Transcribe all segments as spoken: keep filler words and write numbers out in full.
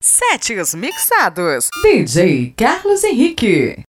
Setes mixados. D J Carlos Henrique.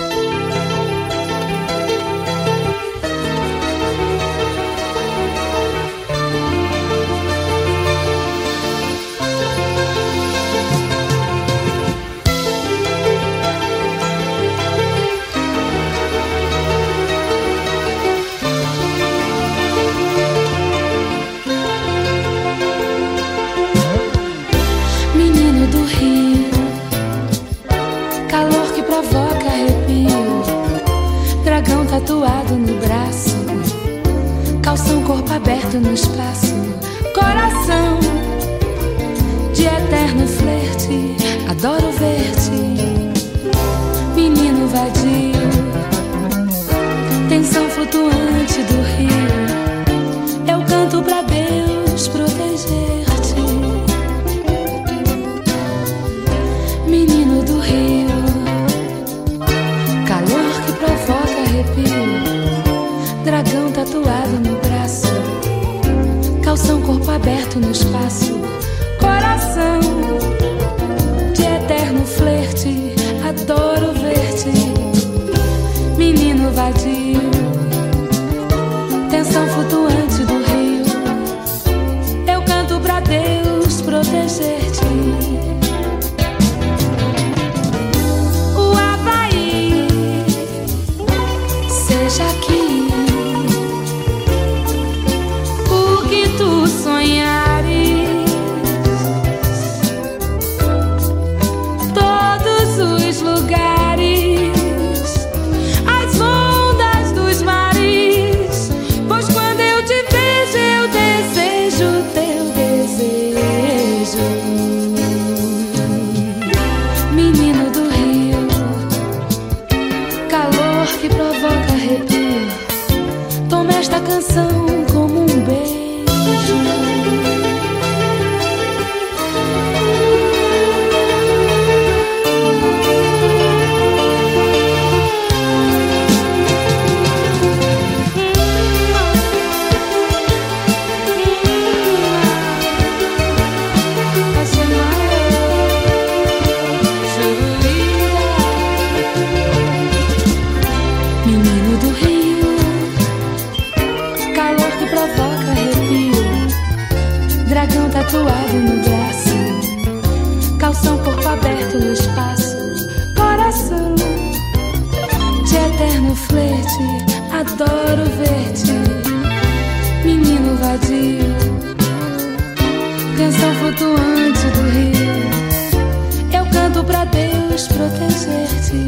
Tatuado no braço, calção, corpo aberto no espaço, coração de eterno flerte, adoro ver-te, menino vadio, tensão flutuante do rio, eu canto pra Deus proteger-te, menino do rio, calor que provoca dragão tatuado no braço, calção, corpo aberto no espaço, coração de eterno flerte, adoro ver-te, menino vadio, tensão flutuante do rio, eu canto pra Deus proteger-te. Seja aqui o que tu sonhares, todos os lugares, as ondas dos mares, pois quando eu te vejo eu desejo teu desejo, menino do rio, calor que provoca arrepio, toma esta canção como um beijo. Menino do rio, calor que provoca arrepio, dragão tatuado no braço, calção, corpo aberto no espaço, coração de eterno flerte, adoro ver-te, menino vadio, tensão flutuante do rio, eu canto pra Deus proteger-te.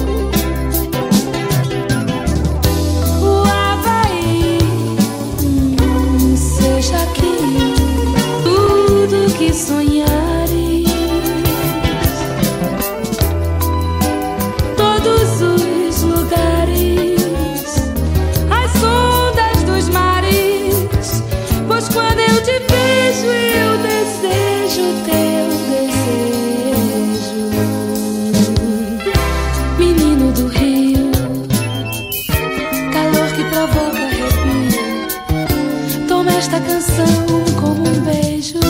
Seja aqui tudo que sonhares, todos os lugares, as ondas dos mares, pois quando eu te vejo eu desejo teu desejo, menino do rio, calor que provoca arrepio, toma esta canção como um beijo.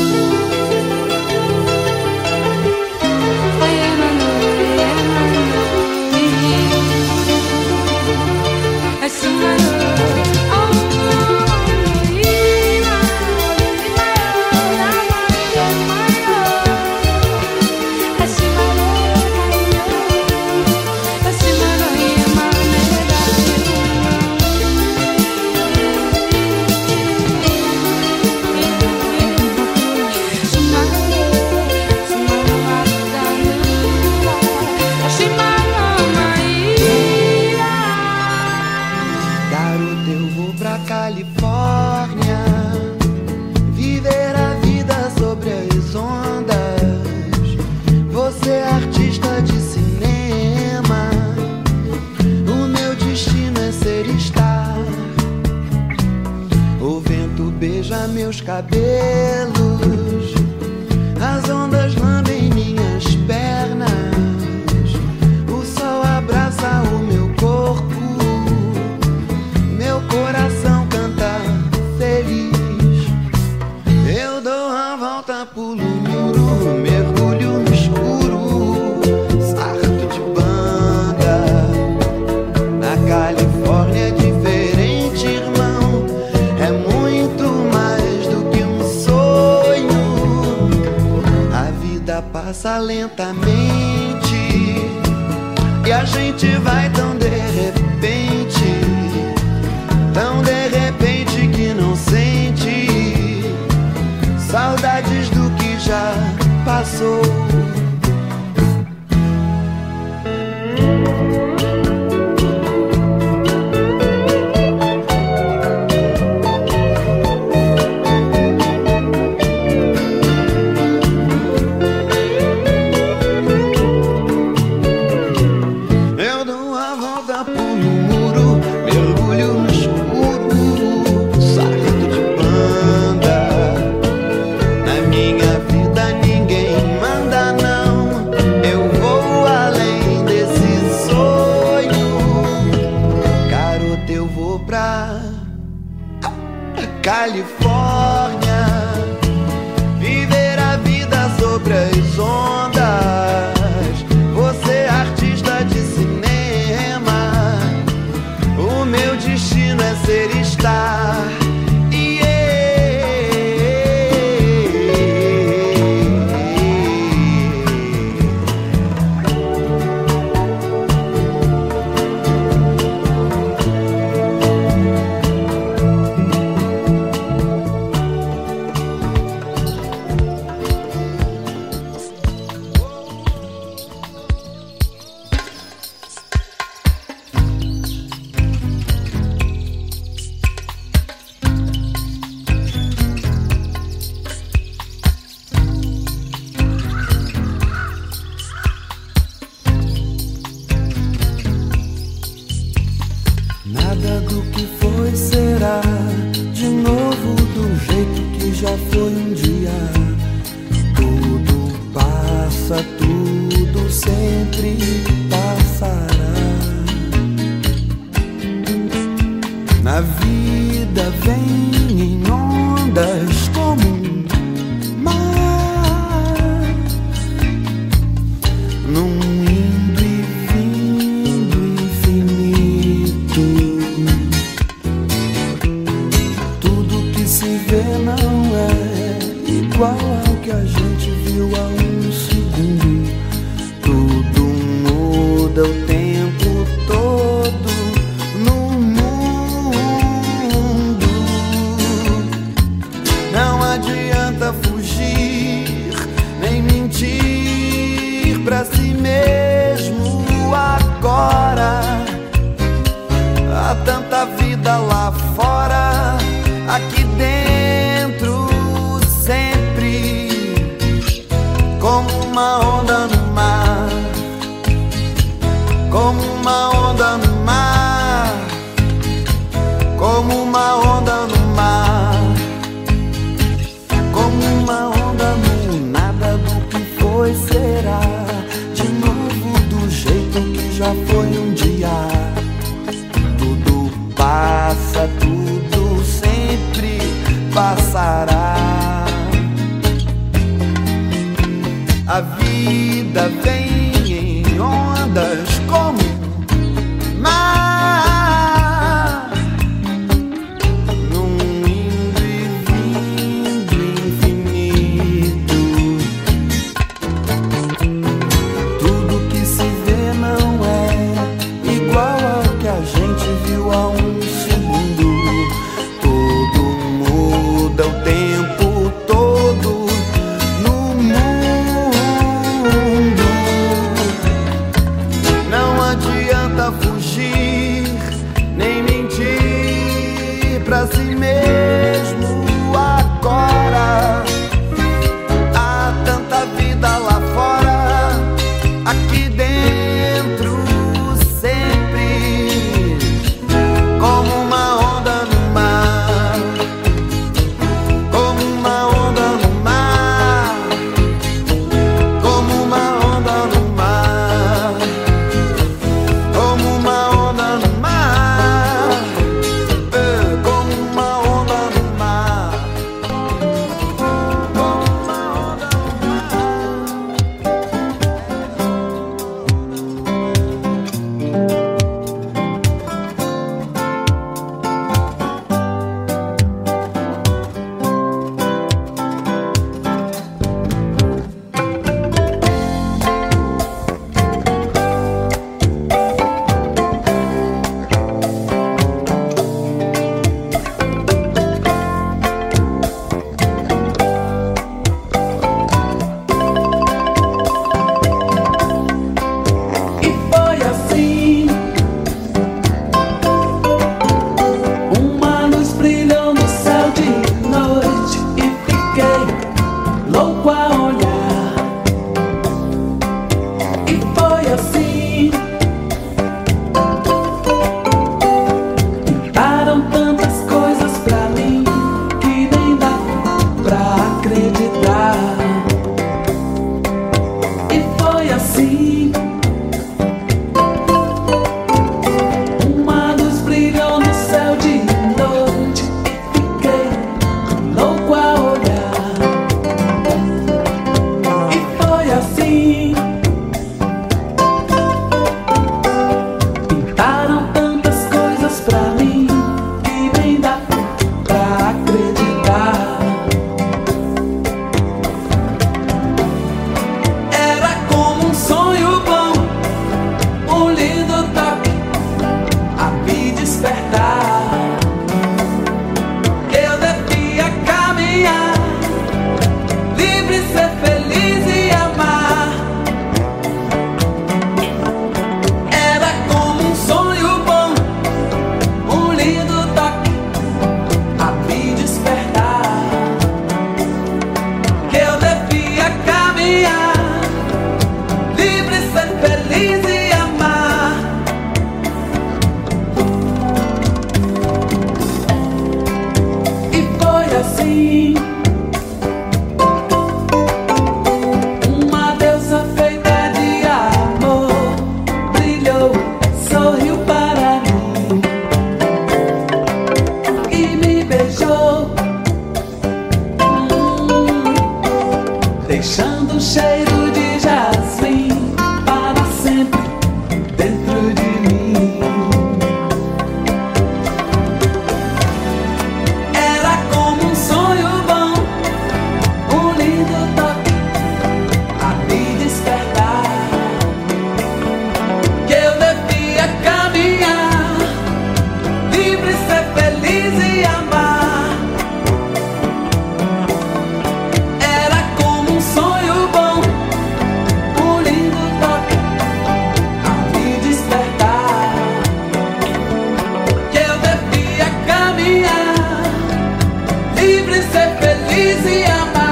Califórnia, viver a vida sobre as ondas. Você é artista de cinema, o meu destino é ser estar. O vento beija meus cabelos, as ondas lambem minhas pernas, o sol abraça o meu corpo, meu coração canta feliz. Eu dou a volta, pulo muro, mergulho passa lentamente e a gente vai tão de repente, tão de repente que não sente saudades do que já passou. Califórnia, viver a vida sobre as ondas. Você é artista de cinema, o meu destino é ser estar. Nada do que foi será de novo do jeito que já foi um dia. Tudo passa, tudo sempre passará. Na vida vem em ondas como um mar, num indo e vindo infinito. Tudo que se vê não é igual ao que a gente viu há um segundo. Tudo muda o tempo todo no mundo. Não adianta fugir nem mentir pra si mesmo agora. Há tanta vida lá fora, aqui dentro sempre, como uma onda no mar, como uma onda no mar, como uma onda no mar, como uma onda no nada do que foi será de novo do jeito que já foi um dia. Tudo passa, tudo sempre passará. A vida vem em ondas como mar, num indo e vindo infinito. Tudo que se vê não é igual ao que a gente viu há um segundo. Tudo muda o tempo todo no mundo. caminhar, livre, ser feliz e amar. E foi assim. Uma deusa feita de amor brilhou, sorriu para mim e me beijou, hum, deixando um cheiro de jasmim para sempre dentro de mim. Era como um sonho bom, um lindo toque a me despertar, que eu devia caminhar, livre, ser feliz e amar. Era como um sonho bom, um lindo toque a me despertar, que eu devia caminhar, livre, ser feliz e amar.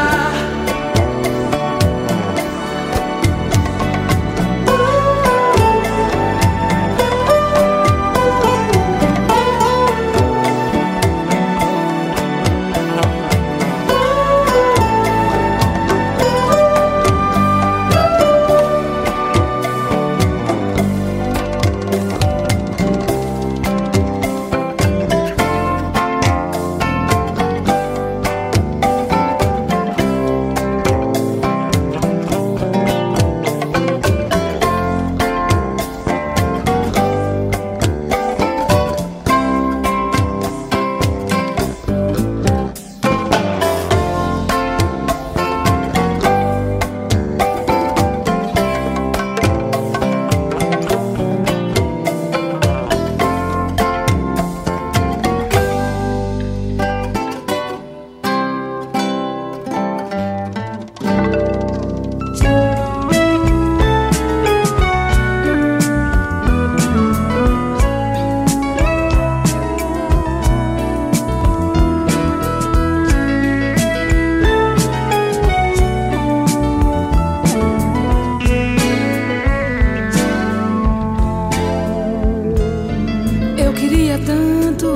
Eu queria tanto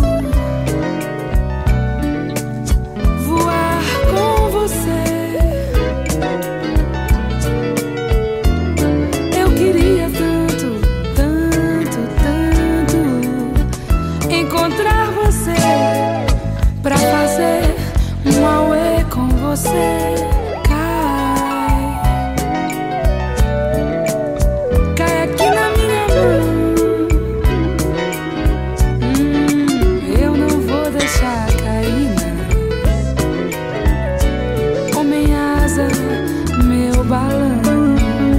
voar com você. Eu queria tanto, tanto, tanto encontrar você pra fazer um auê com você. Cai, cai aqui na minha mão. Eu não vou deixar cair, não. Homem asa, meu balão.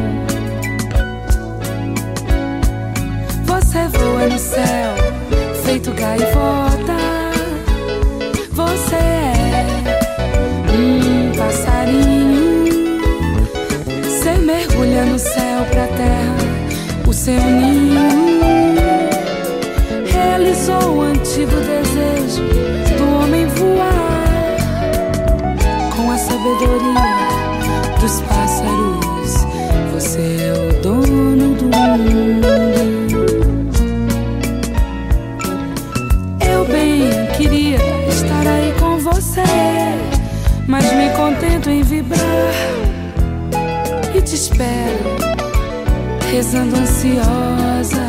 Você voa no céu, feito gaivota. Você é um passarinho. Você mergulha no céu pra terra, o seu ninho. Realizou o antigo desejo do homem voar, com a sabedoria dos pássaros. Você é o dono do mundo. Eu bem queria estar aí com você, mas me contento em vibrar e te espero, rezando ansiosa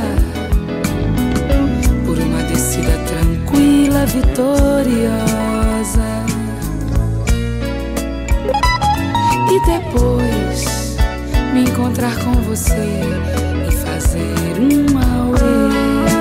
por uma descida tranquila, vitoriosa. E depois me encontrar com você e fazer um auê.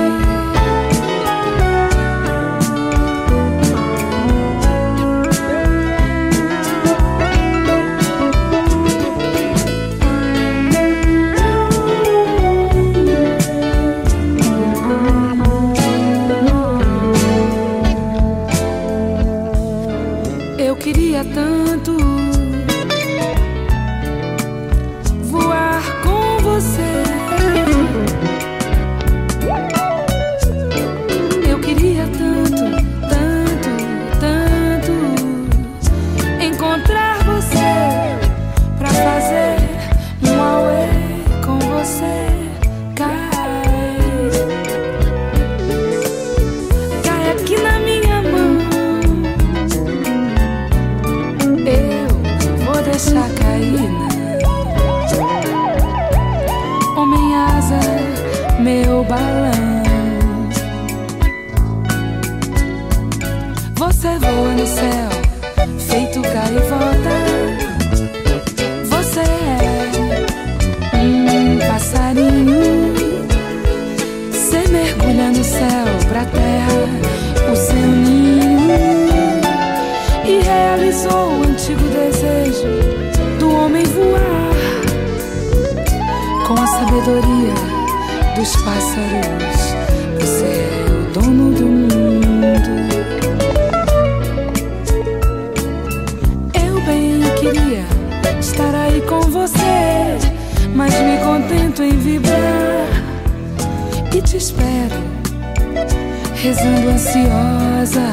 Eu queria tanto voar com você deixar cair, não. Homem asa, meu balão. Você voa no céu, feito gaivota. Você é um passarinho. Você mergulha no céu pra terra, o seu ninho. E realizou o antigo desejo do homem voar. Com a sabedoria dos pássaros, você é o dono do mundo. Eu bem queria estar aí com você, mas me contento em vibrar e te espero, rezando ansiosa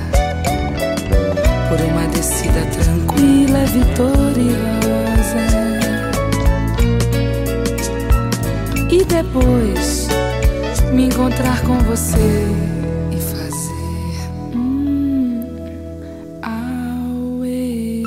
por uma descida tranquila e vitoriosa. E depois me encontrar com você e fazer hum, auê.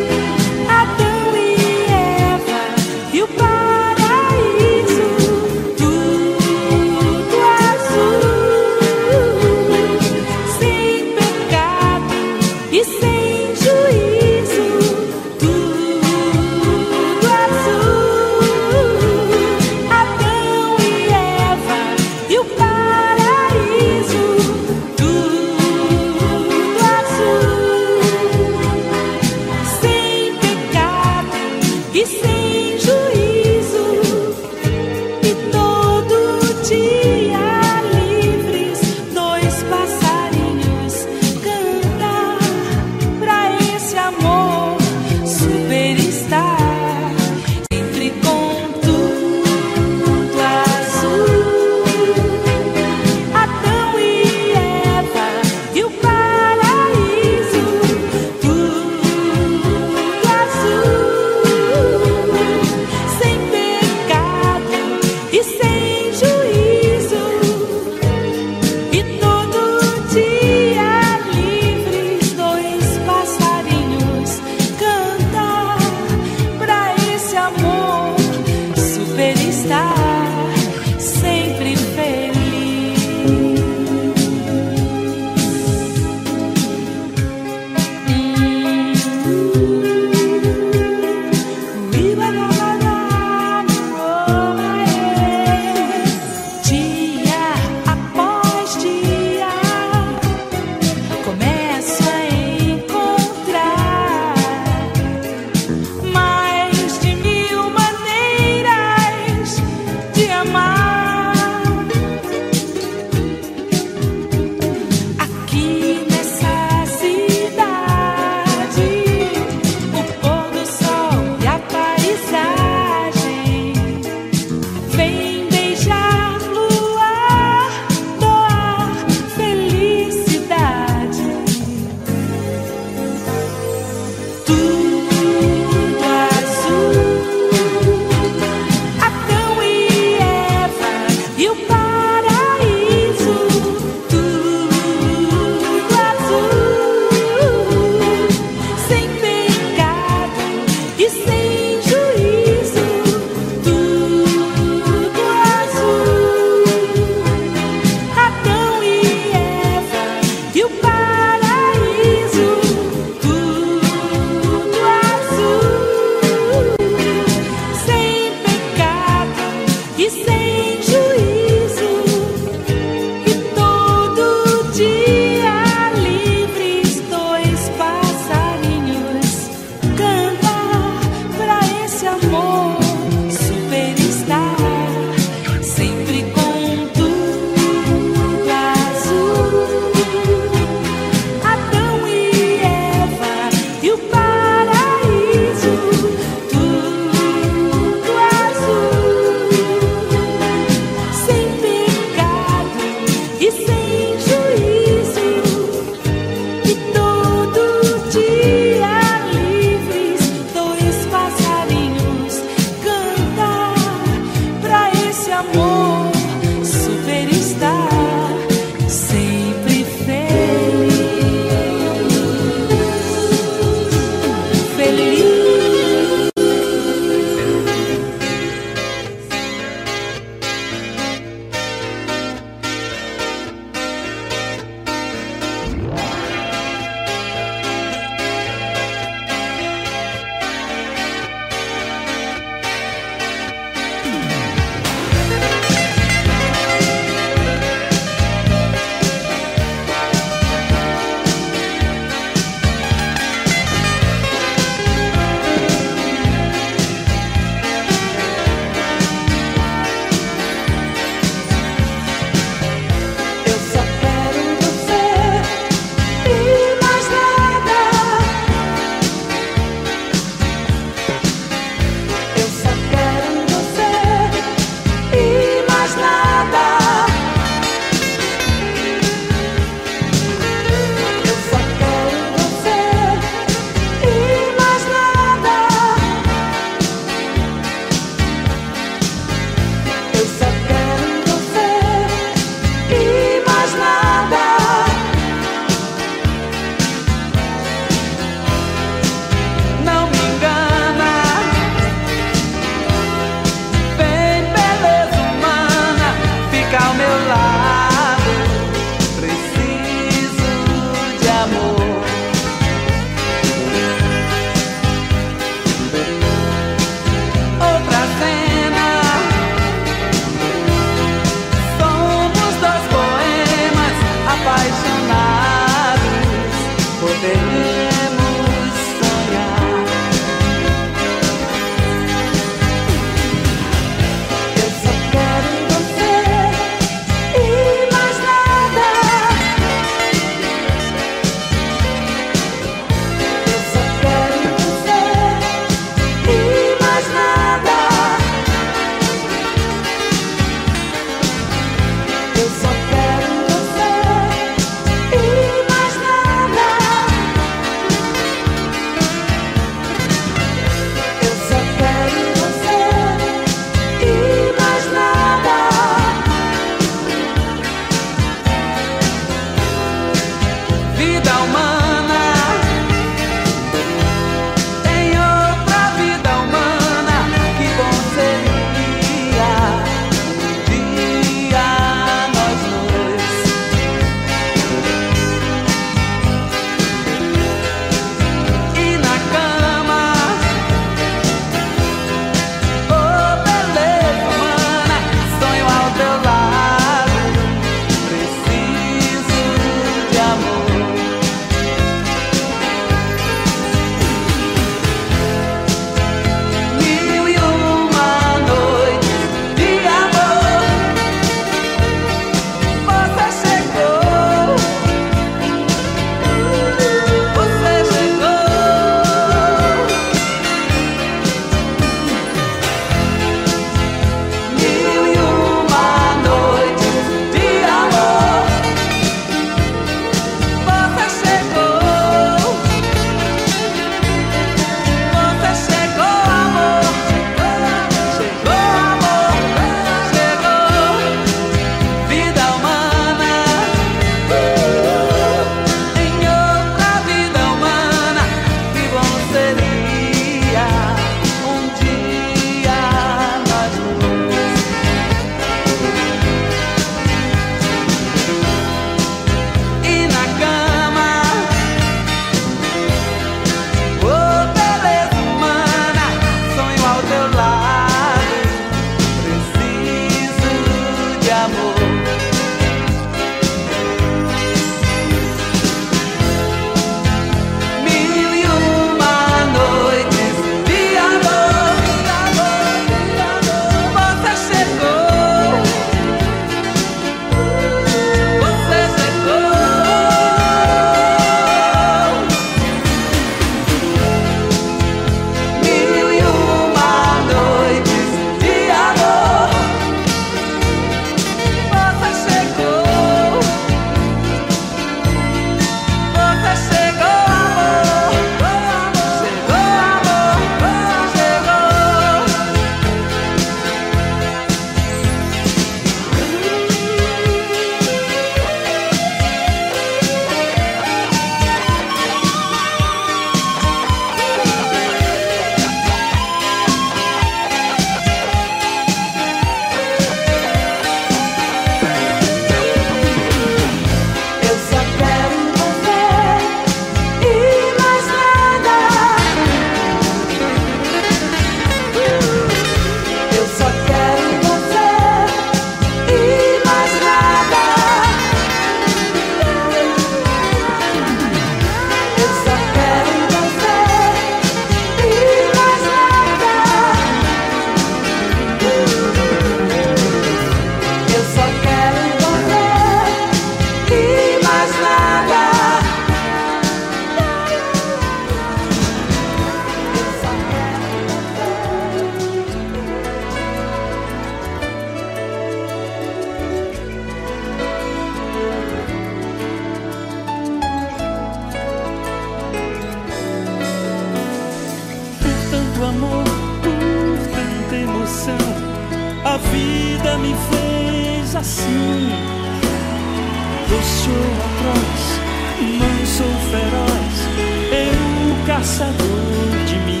vida me fez assim. Eu sou atroz, não sou feroz, eu caçador de mim.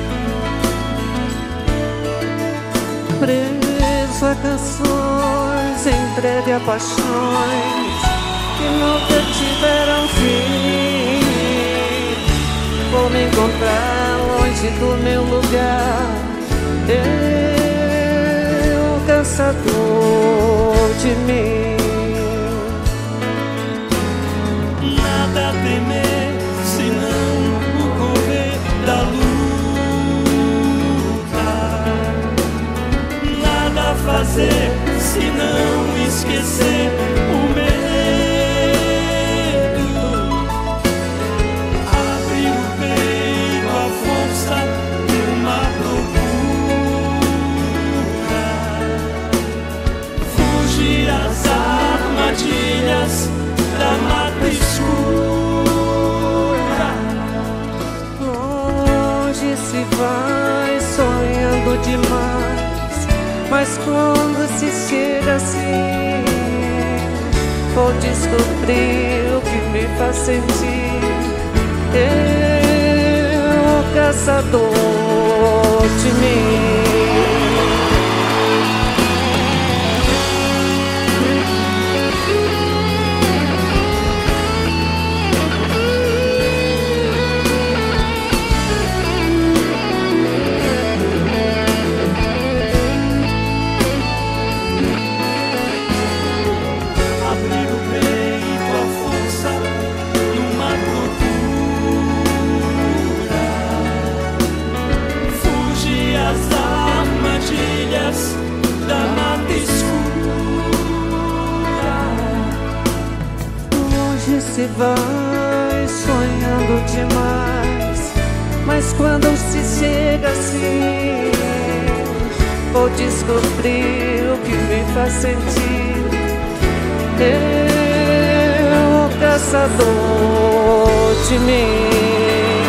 Preso a canções, entregue a paixões que nunca tiveram fim. Vou me encontrar longe do meu lugar, eu, caçador de mim. Nada a temer, senão o correr da luta. Nada a fazer, senão esquecer o medo. Abrir o peito à força de uma procura. Fugir às armadilhas da mata escura. Longe se vai sonhando demais, mas quando se chega assim, vou descobrir o que me faz sentir. Eu, caçador de mim. Da mata escura. Longe se vai sonhando demais, mas quando se chega assim, vou descobrir o que me faz sentir. Eu, caçador de mim.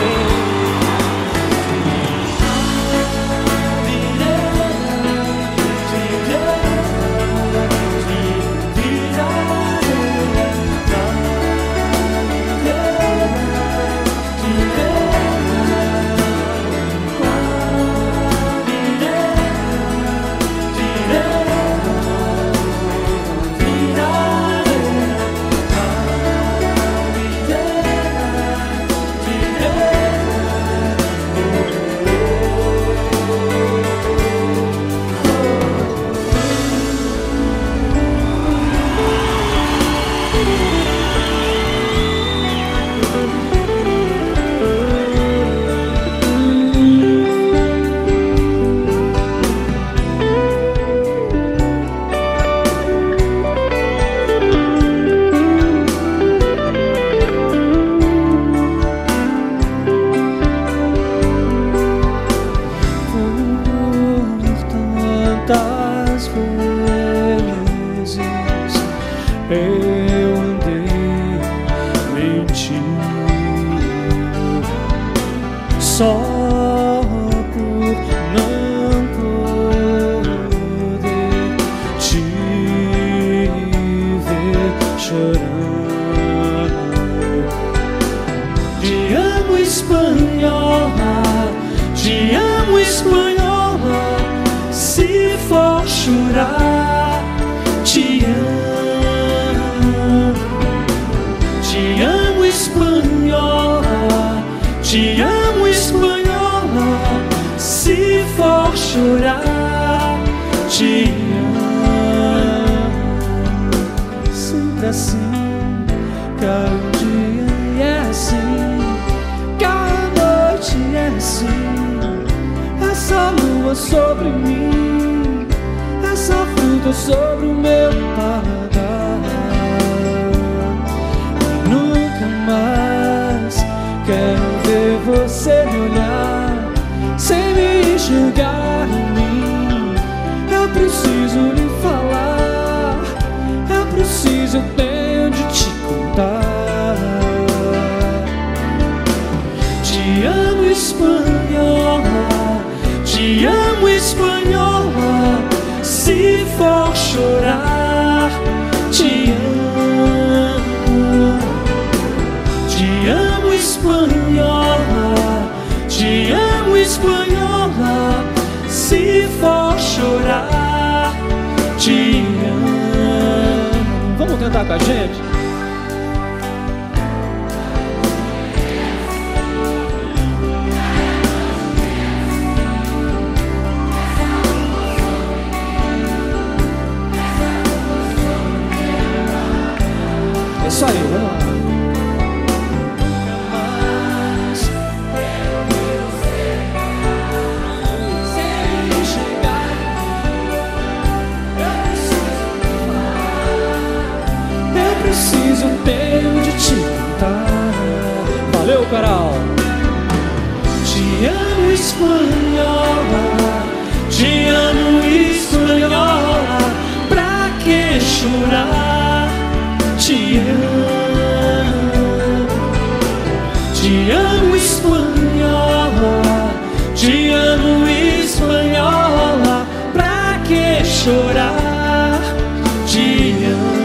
Eu andei mentindo só por não poder te ver chorando. Te amo, espanhola, te amo, espanhola. Se for chorar, te amo. Te amo, espanhola, te amo, espanhola. Se for chorar, te amo. Sempre assim, cada dia é assim, cada noite é assim. Essa lua sobre mim, essa fruta sobre o meu paladar. Mas quero ver você me olhar sem me enxergar em mim. Eu preciso lhe falar, eu preciso, eu tenho de te contar. Te amo, espanhola, te amo, espanhola. Se cantar com a gente? É isso aí, vamos lá. Preciso tempo de te contar. Valeu, Coral. Te amo, espanhola. Te amo, espanhola. Pra que chorar? Te amo. Te amo, espanhola. Te amo, espanhola. Pra que chorar? Te amo.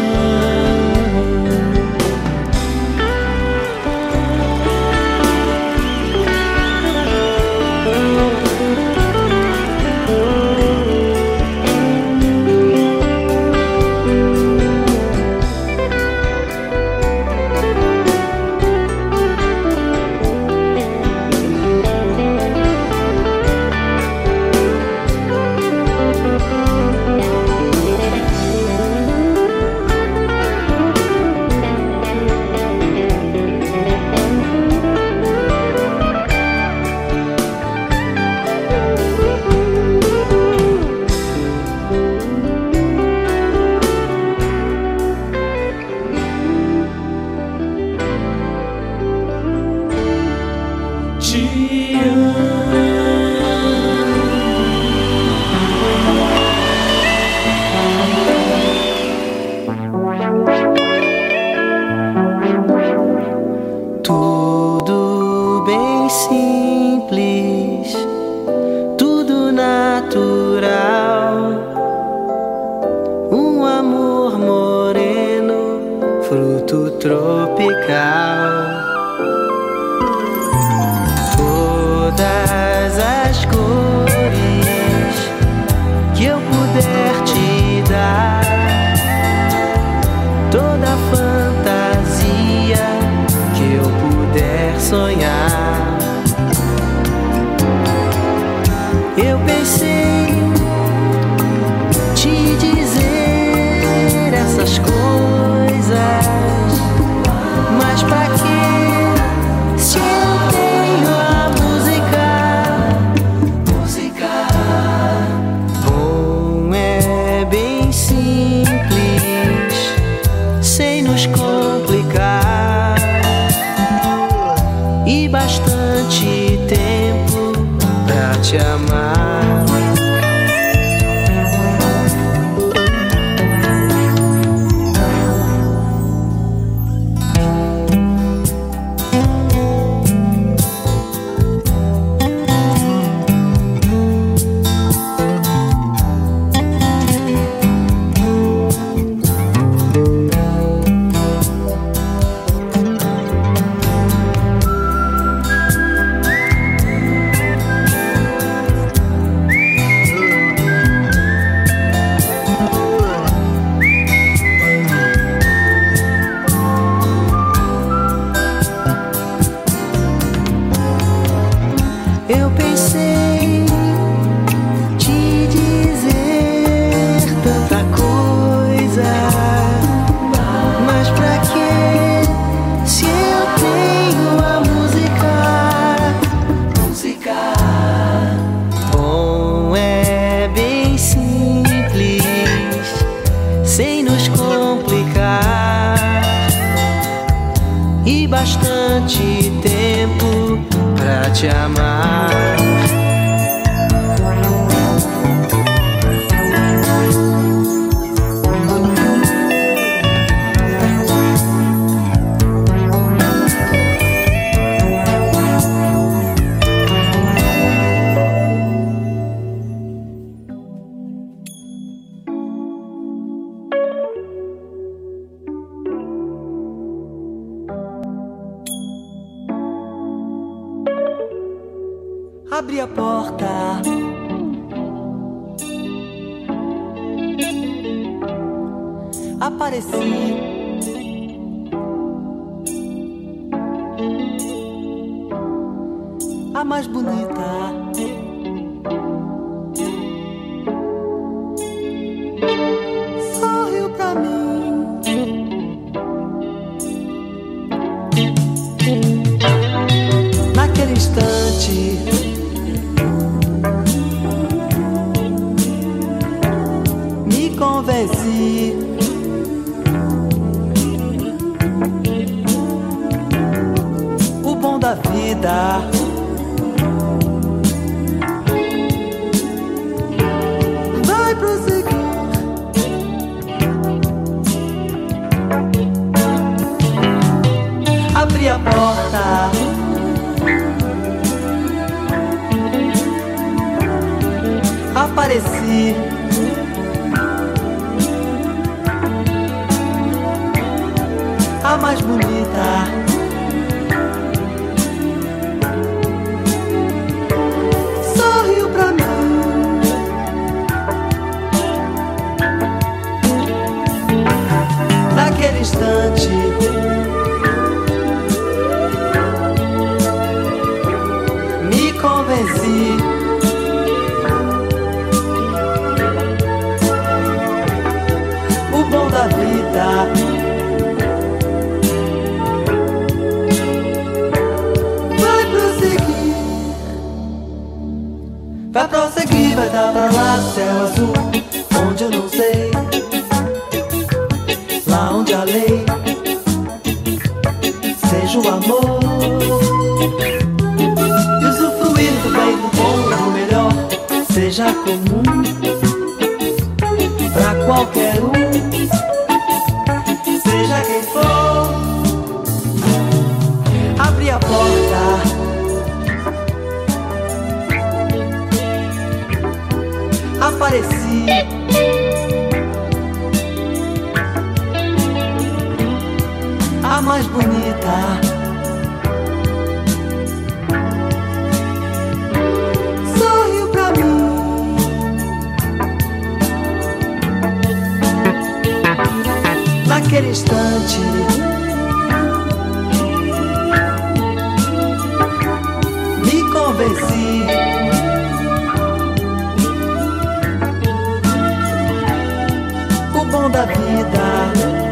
Abre a porta. apareci. A mais bonita. Sorriu pra mim. Naquele instante me convenci. O bom da vida vai prosseguir. Abri a porta, apareci. A mais bonita. Sorriu pra mim. Naquele instante me convenci. O bom da vida vai prosseguir. Vai prosseguir, vai dar pra lá céu azul, onde eu não sei, lá onde a lei seja o amor. E usufruir do bem, do bom, do melhor, seja comum pra qualquer um, seja quem for. Abri a porta, apareci. A mais bonita. Sorriu pra mim. Naquele instante me convenci. O bom da vida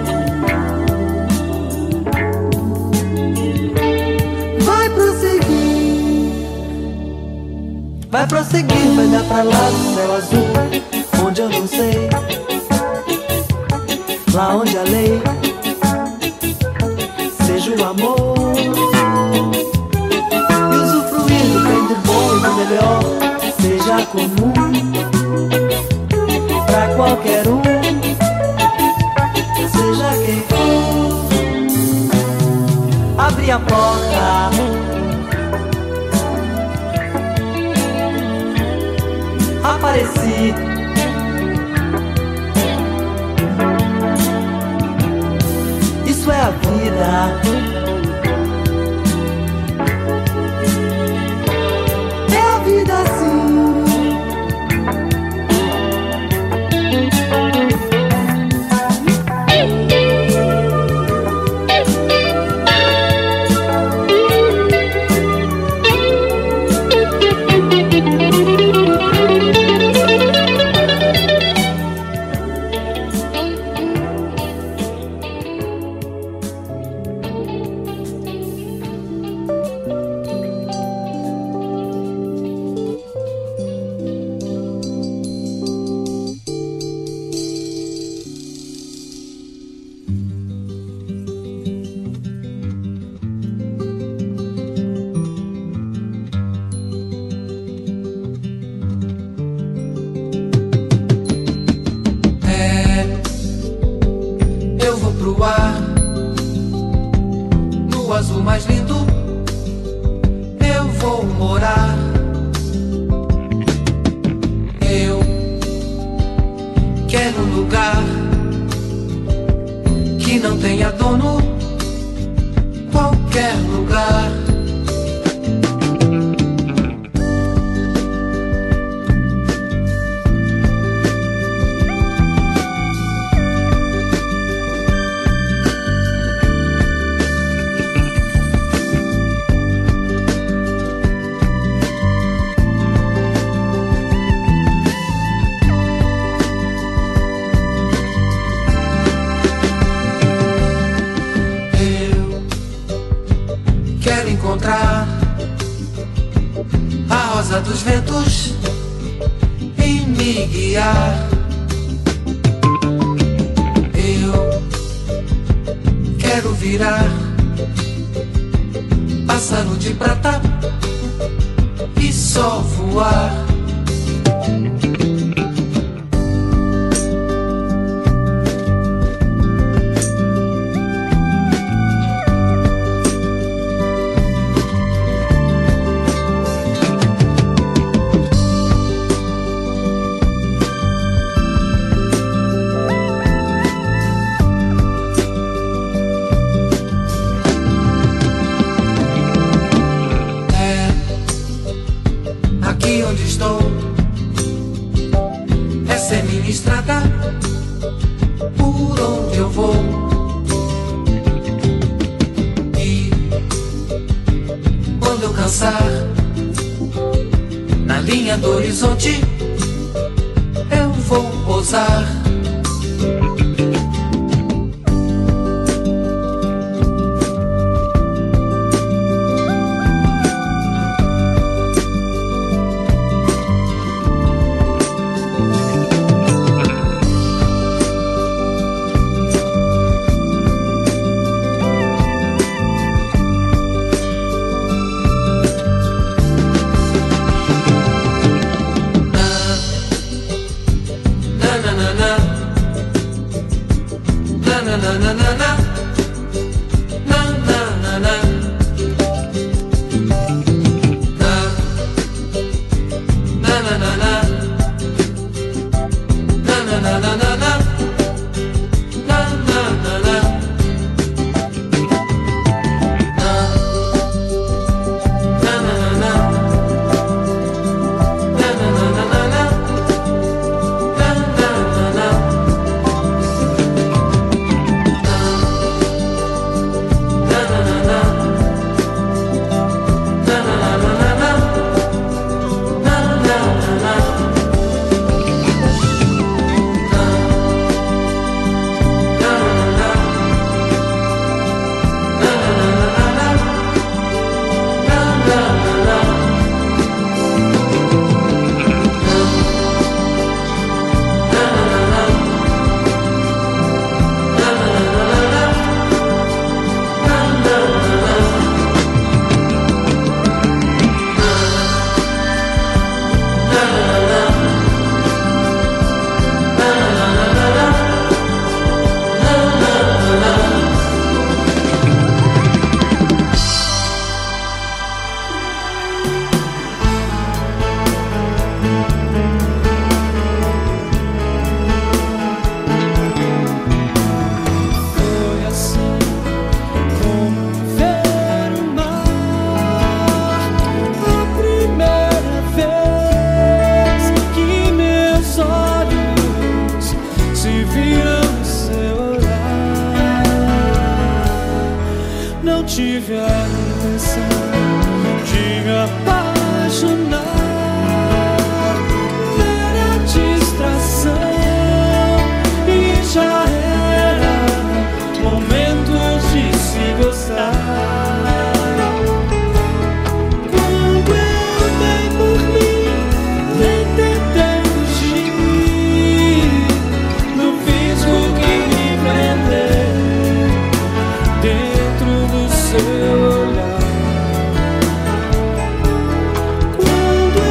vai prosseguir. Vai prosseguir, vai dar pra lá do céu azul, onde eu não sei, lá onde a lei seja o amor. E usufruir do bem, do bom e do melhor, seja comum pra qualquer um, seja quem for. Abri a porta, apareci. Isso é a vida. É a vida assim. encontrar a rosa dos ventos e me guiar. Eu quero virar pássaro de prata e só voar. Essa é minha estrada, por onde eu vou. E quando eu cansar, na linha do horizonte, eu vou pousar. tive a intenção de me apaixonar. Era distração e já era momento de se gostar. Quando eu dei por mim, nem tentei fugir do físico que me prendeu dentro do seu olhar. Quando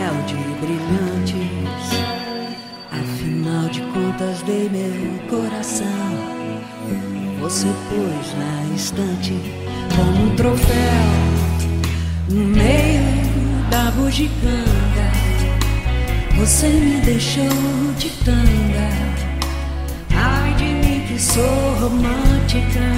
céu de brilhantes. Afinal de contas dei meu coração, você pôs na estante como um troféu no meio da bugiganga. Você me deixou de tanga, ai de mim que sou romântica.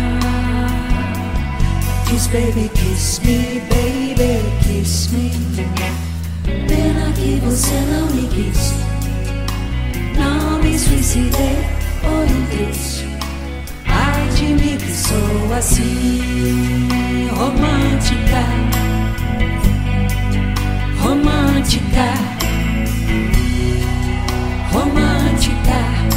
Kiss baby, kiss me, baby, kiss me. Pena que você não me quis, não me suicidei por um triz. Ai de mim que sou assim, romântica, romântica, romântica,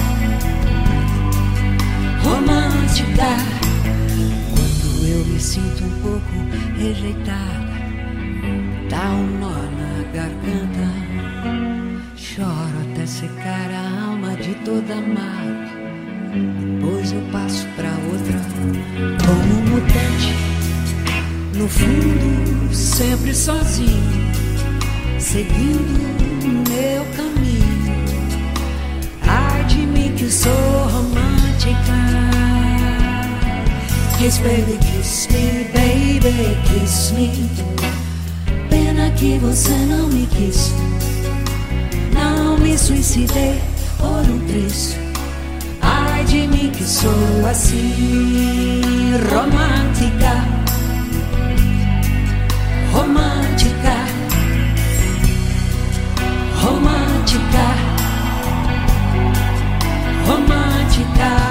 romântica. Quando eu me sinto um pouco rejeitada, dá um nó na garganta, choro até secar a alma de toda mágoa. Depois eu passo pra outra, como um mutante, no fundo sempre sozinho, seguindo meu caminho. Ai de mim que sou romântica. Kiss baby, kiss me, baby, kiss me. Pena que você não me quis, não me suicidei por um triz. Ai de mim que sou assim, romântica, romântica, romântica, romântica.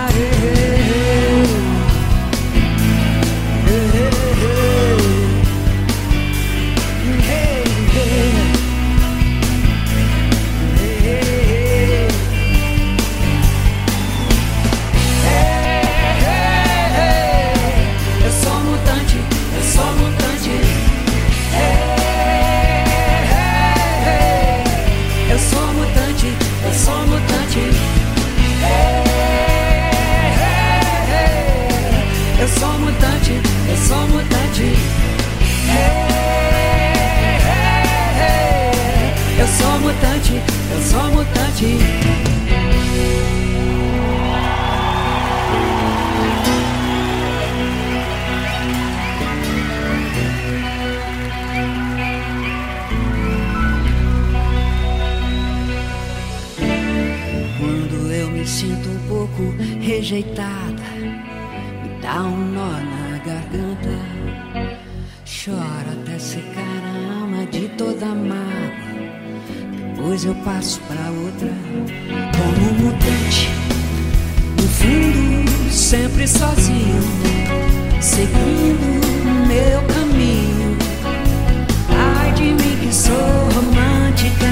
Quando eu me sinto um pouco rejeitada, me dá um nó na garganta, choro até secar a alma de toda mágoa. Depois eu passo pra outra, como um mutante, no fundo sempre sozinho, seguindo meu caminho. Ai de mim que sou romântica.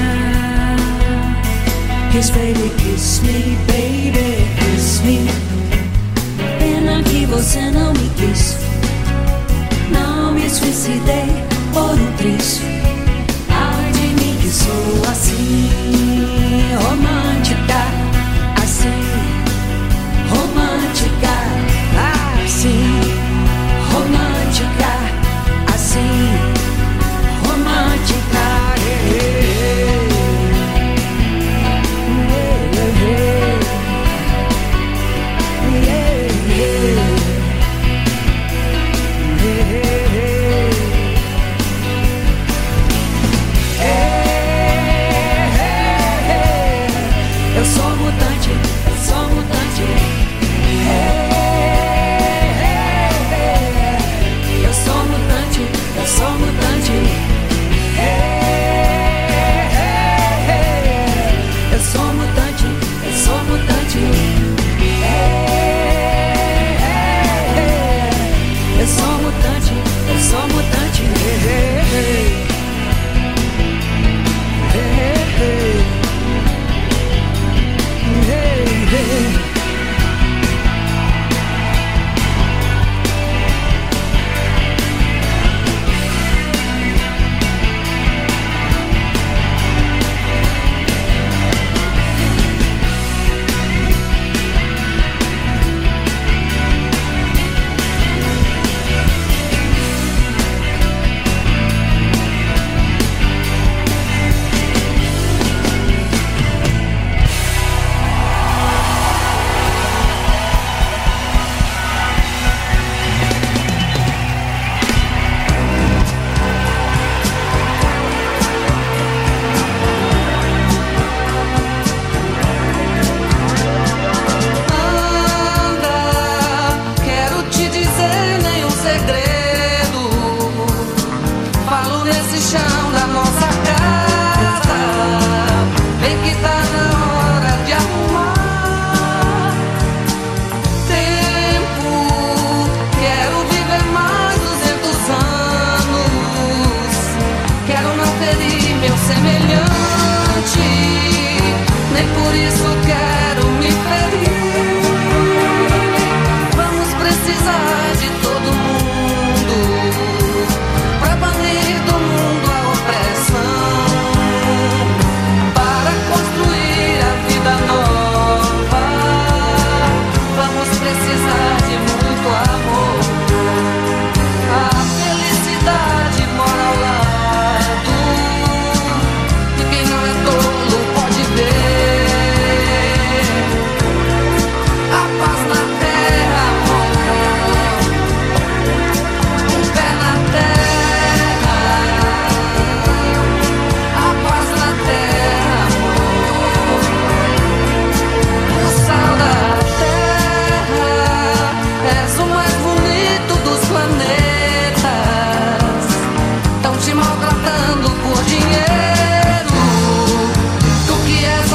Kiss baby, kiss me, baby, kiss me. Pena que você não me quis, não me suicidei por um triz. Ai de mim que sou assim, romântica, assim, romântica, assim, romântica, assim, romântica.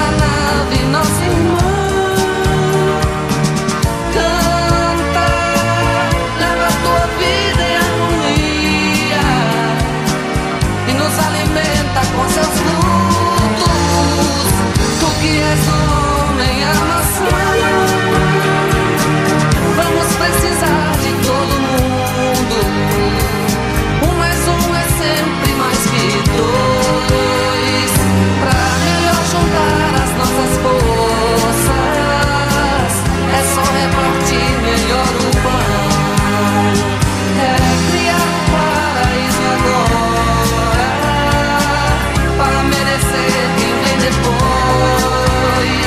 a nave, nosso irmão. Canta, leva a tua vida em harmonia e nos alimenta com seus frutos. Tu que és o homem, a maçã. Vamos precisar de todo mundo. Um mais um é sempre mais que dois. Pra melhor juntar as nossas forças, é só repartir melhor o pão. É criar um paraíso agora, para merecer quem vem depois.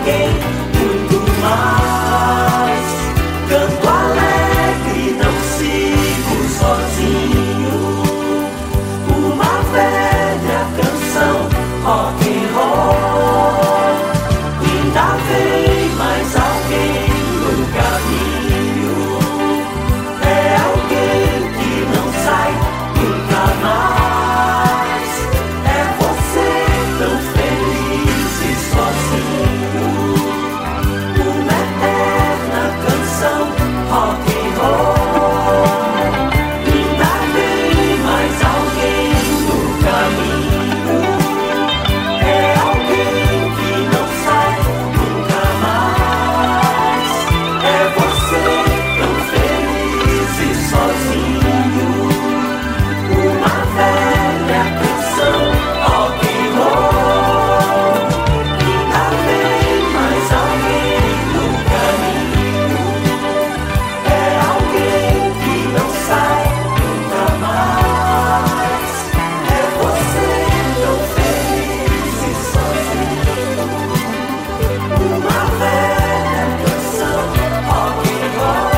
alguém muito mais. Canto alegre, não sigo sozinho. Uma velha canção, rock and roll. Ainda vem mais alguém no caminho. É alguém que não sai nunca mais. É você tão feliz e sozinho. Uma eterna canção, rock and roll. Ainda vem mais alguém no caminho. É alguém que não sai nunca mais. É você tão feliz e sozinho. Uma velha canção, rock and roll. Ainda vem mais alguém no caminho. É alguém que não sai nunca mais. É você tão feliz e sozinho. Uma velha canção, rock and roll.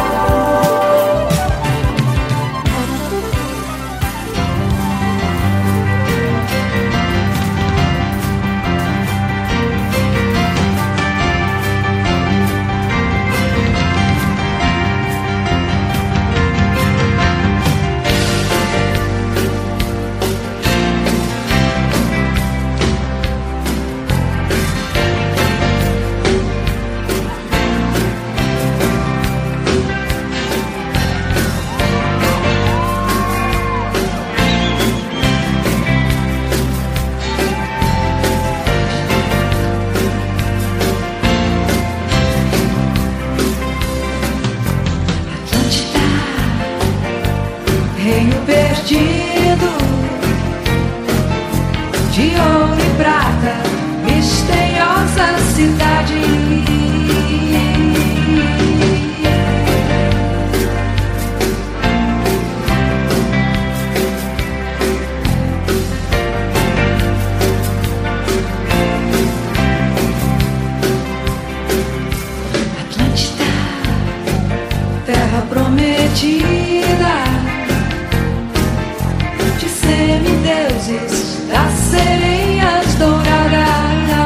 Reino perdido de ouro e prata, misteriosa cidade. Atlântida, terra prometida de semideuses, das sereias douradas.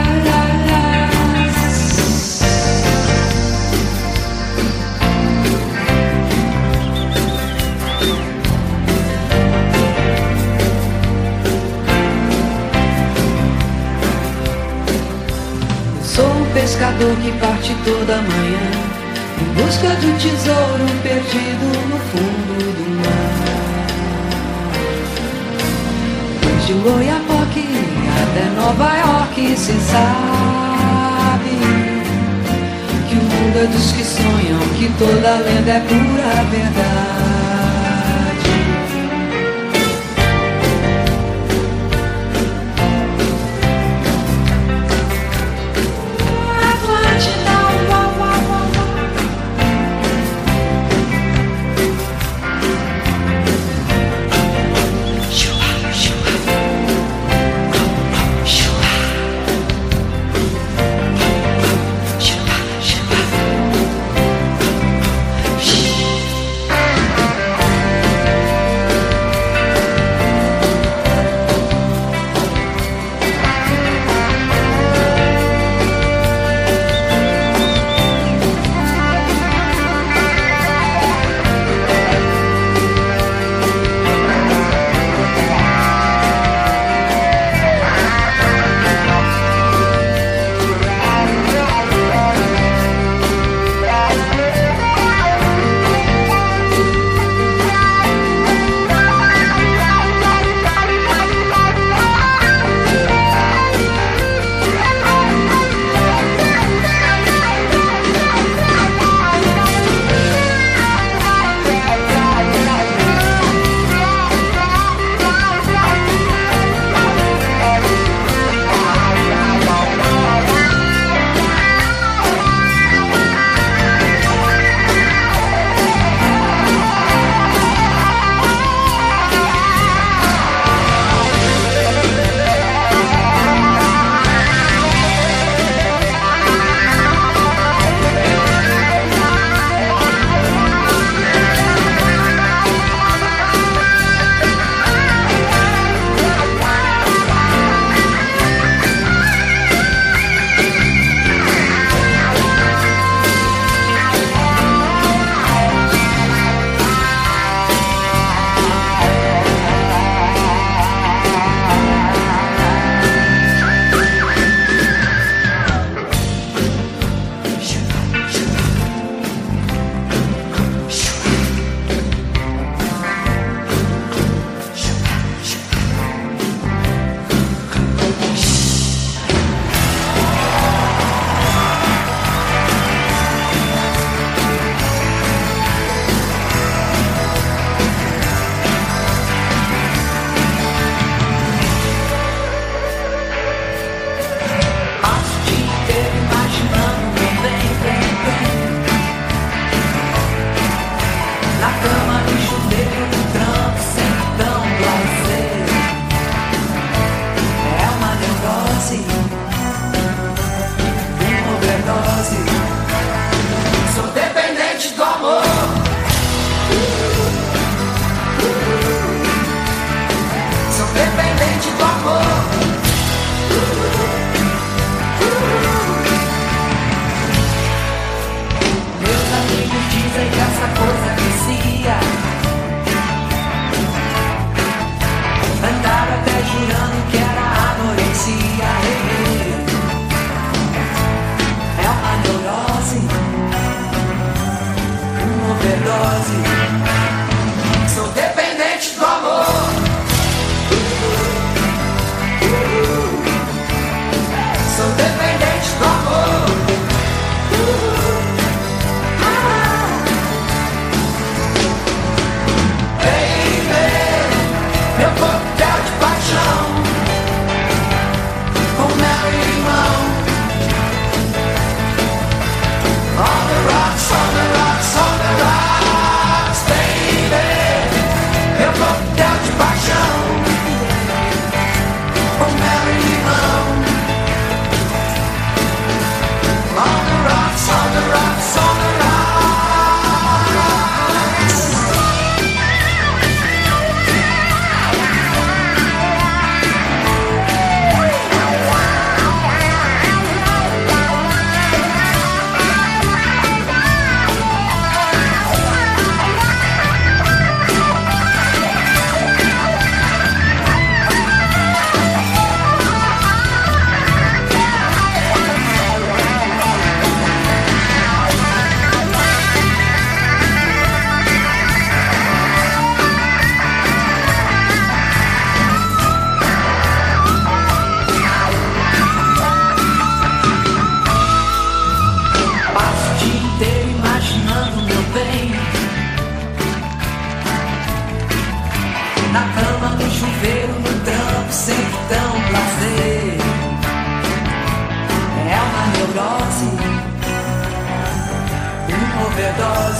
Eu sou um pescador que parte toda manhã em busca do tesouro perdido no fundo do mar. De Oiapoque até Nova York, cê sabe que o mundo é dos que sonham, que toda lenda é pura verdade. Atlântida, uau, uau, uau, uau. Chua, chua. Shoo, shoo.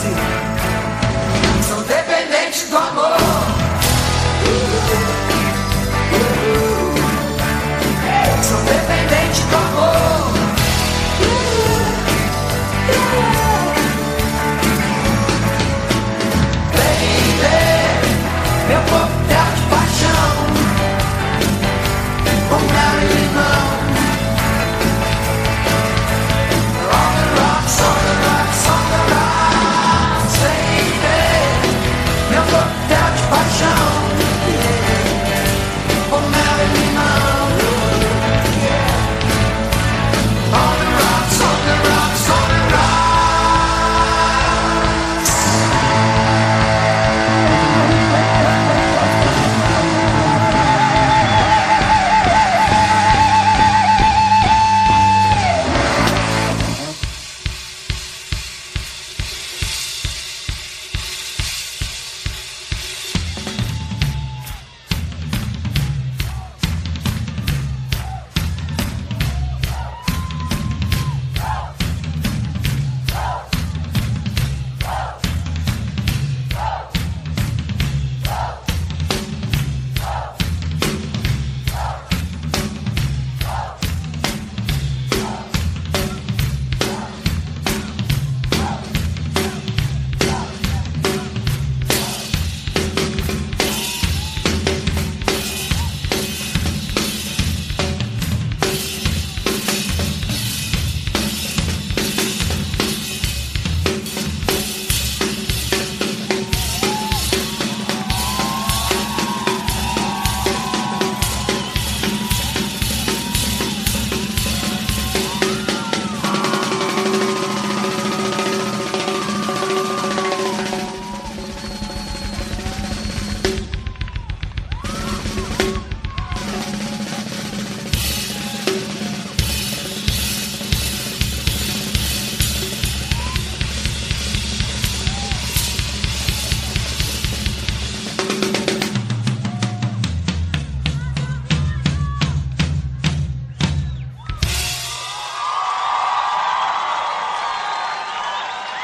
Sou dependente do amor. Sou dependente do amor. Baby, meu coquetel de paixão, com mel e limão. On the rocks, on the rocks, on the rocks, baby, meu coquetel de paixão, com mel e limão. On the rocks, on the rocks, on the rocks.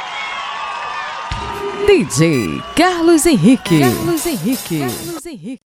D J Carlos Henrique. Carlos Henrique. Carlos Henrique.